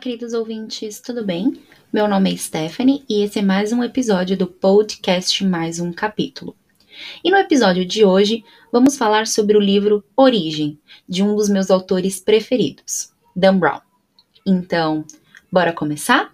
queridos ouvintes, tudo bem? Meu nome é Stephanie e esse é mais um episódio do podcast Mais um Capítulo. E no episódio de hoje, vamos falar sobre o livro Origem, de um dos meus autores preferidos, Dan Brown. Então, bora começar?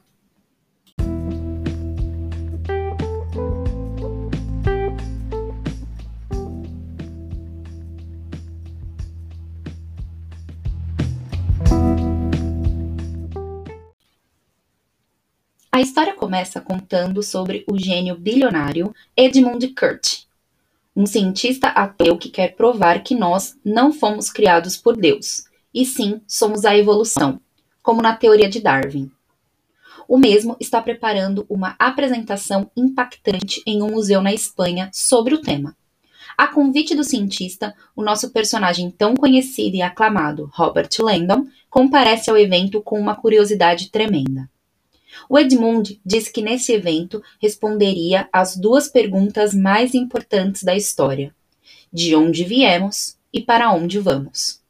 A história começa contando sobre o gênio bilionário Edmund Curti, um cientista ateu que quer provar que nós não fomos criados por Deus, e sim somos a evolução, como na teoria de Darwin. O mesmo está preparando uma apresentação impactante em um museu na Espanha sobre o tema. A convite do cientista, o nosso personagem tão conhecido e aclamado, Robert Langdon, comparece ao evento com uma curiosidade tremenda. O Edmund disse que nesse evento responderia às duas perguntas mais importantes da história: de onde viemos e para onde vamos.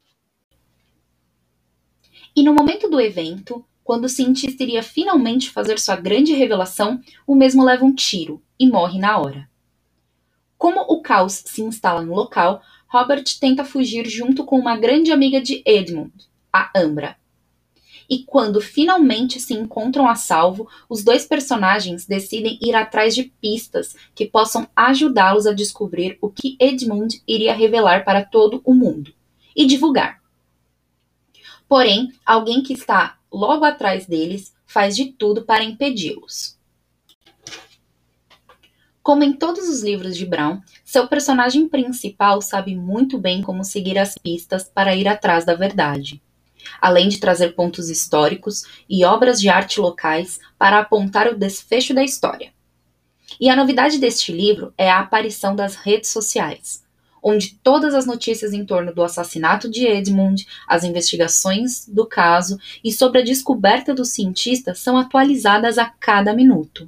E no momento do evento, quando o cientista iria finalmente fazer sua grande revelação, o mesmo leva um tiro e morre na hora. Como o caos se instala no local, Robert tenta fugir junto com uma grande amiga de Edmund, a Ambra. E quando finalmente se encontram a salvo, os dois personagens decidem ir atrás de pistas que possam ajudá-los a descobrir o que Edmund iria revelar para todo o mundo e divulgar. Porém, alguém que está logo atrás deles faz de tudo para impedi-los. Como em todos os livros de Brown, seu personagem principal sabe muito bem como seguir as pistas para ir atrás da verdade, além de trazer pontos históricos e obras de arte locais para apontar o desfecho da história. E a novidade deste livro é a aparição das redes sociais, onde todas as notícias em torno do assassinato de Edmund, as investigações do caso e sobre a descoberta do cientista são atualizadas a cada minuto.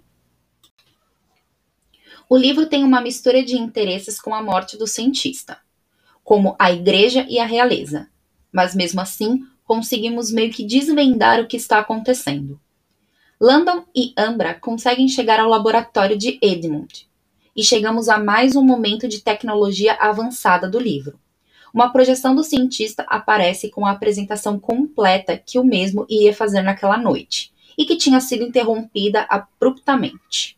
O livro tem uma mistura de interesses com a morte do cientista, como a igreja e a realeza, mas mesmo assim conseguimos meio que desvendar o que está acontecendo. Langdon e Ambra conseguem chegar ao laboratório de Edmund, e chegamos a mais um momento de tecnologia avançada do livro. Uma projeção do cientista aparece com a apresentação completa que o mesmo iria fazer naquela noite, e que tinha sido interrompida abruptamente.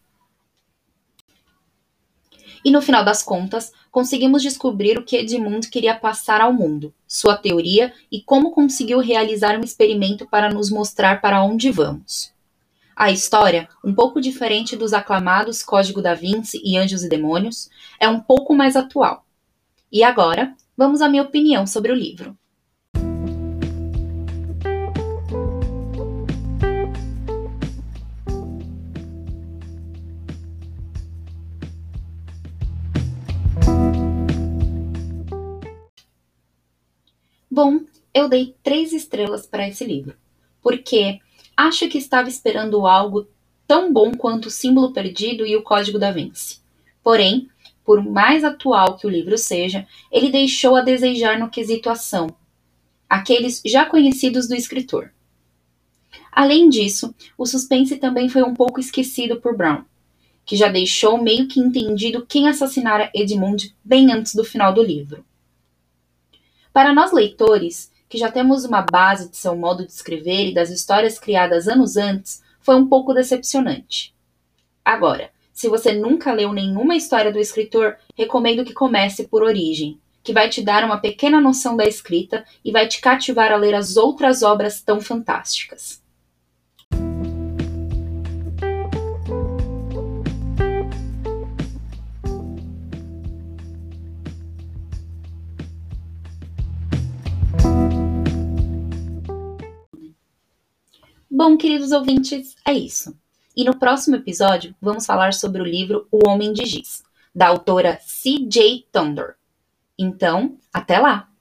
E no final das contas, conseguimos descobrir o que Edmund queria passar ao mundo, sua teoria e como conseguiu realizar um experimento para nos mostrar para onde vamos. A história, um pouco diferente dos aclamados Código da Vinci e Anjos e Demônios, é um pouco mais atual. E agora, vamos à minha opinião sobre o livro. Bom, eu dei 3 estrelas para esse livro, porque acho que estava esperando algo tão bom quanto O Símbolo Perdido e O Código da Vinci. Porém, por mais atual que o livro seja, ele deixou a desejar no quesito ação, aqueles já conhecidos do escritor. Além disso, o suspense também foi um pouco esquecido por Brown, que já deixou meio que entendido quem assassinara Edmund bem antes do final do livro. Para nós leitores, que já temos uma base de seu modo de escrever e das histórias criadas anos antes, foi um pouco decepcionante. Agora, se você nunca leu nenhuma história do escritor, recomendo que comece por Origem, que vai te dar uma pequena noção da escrita e vai te cativar a ler as outras obras tão fantásticas. Bom, queridos ouvintes, é isso. E no próximo episódio, vamos falar sobre o livro O Homem de Giz, da autora C.J. Tondor. Então, até lá!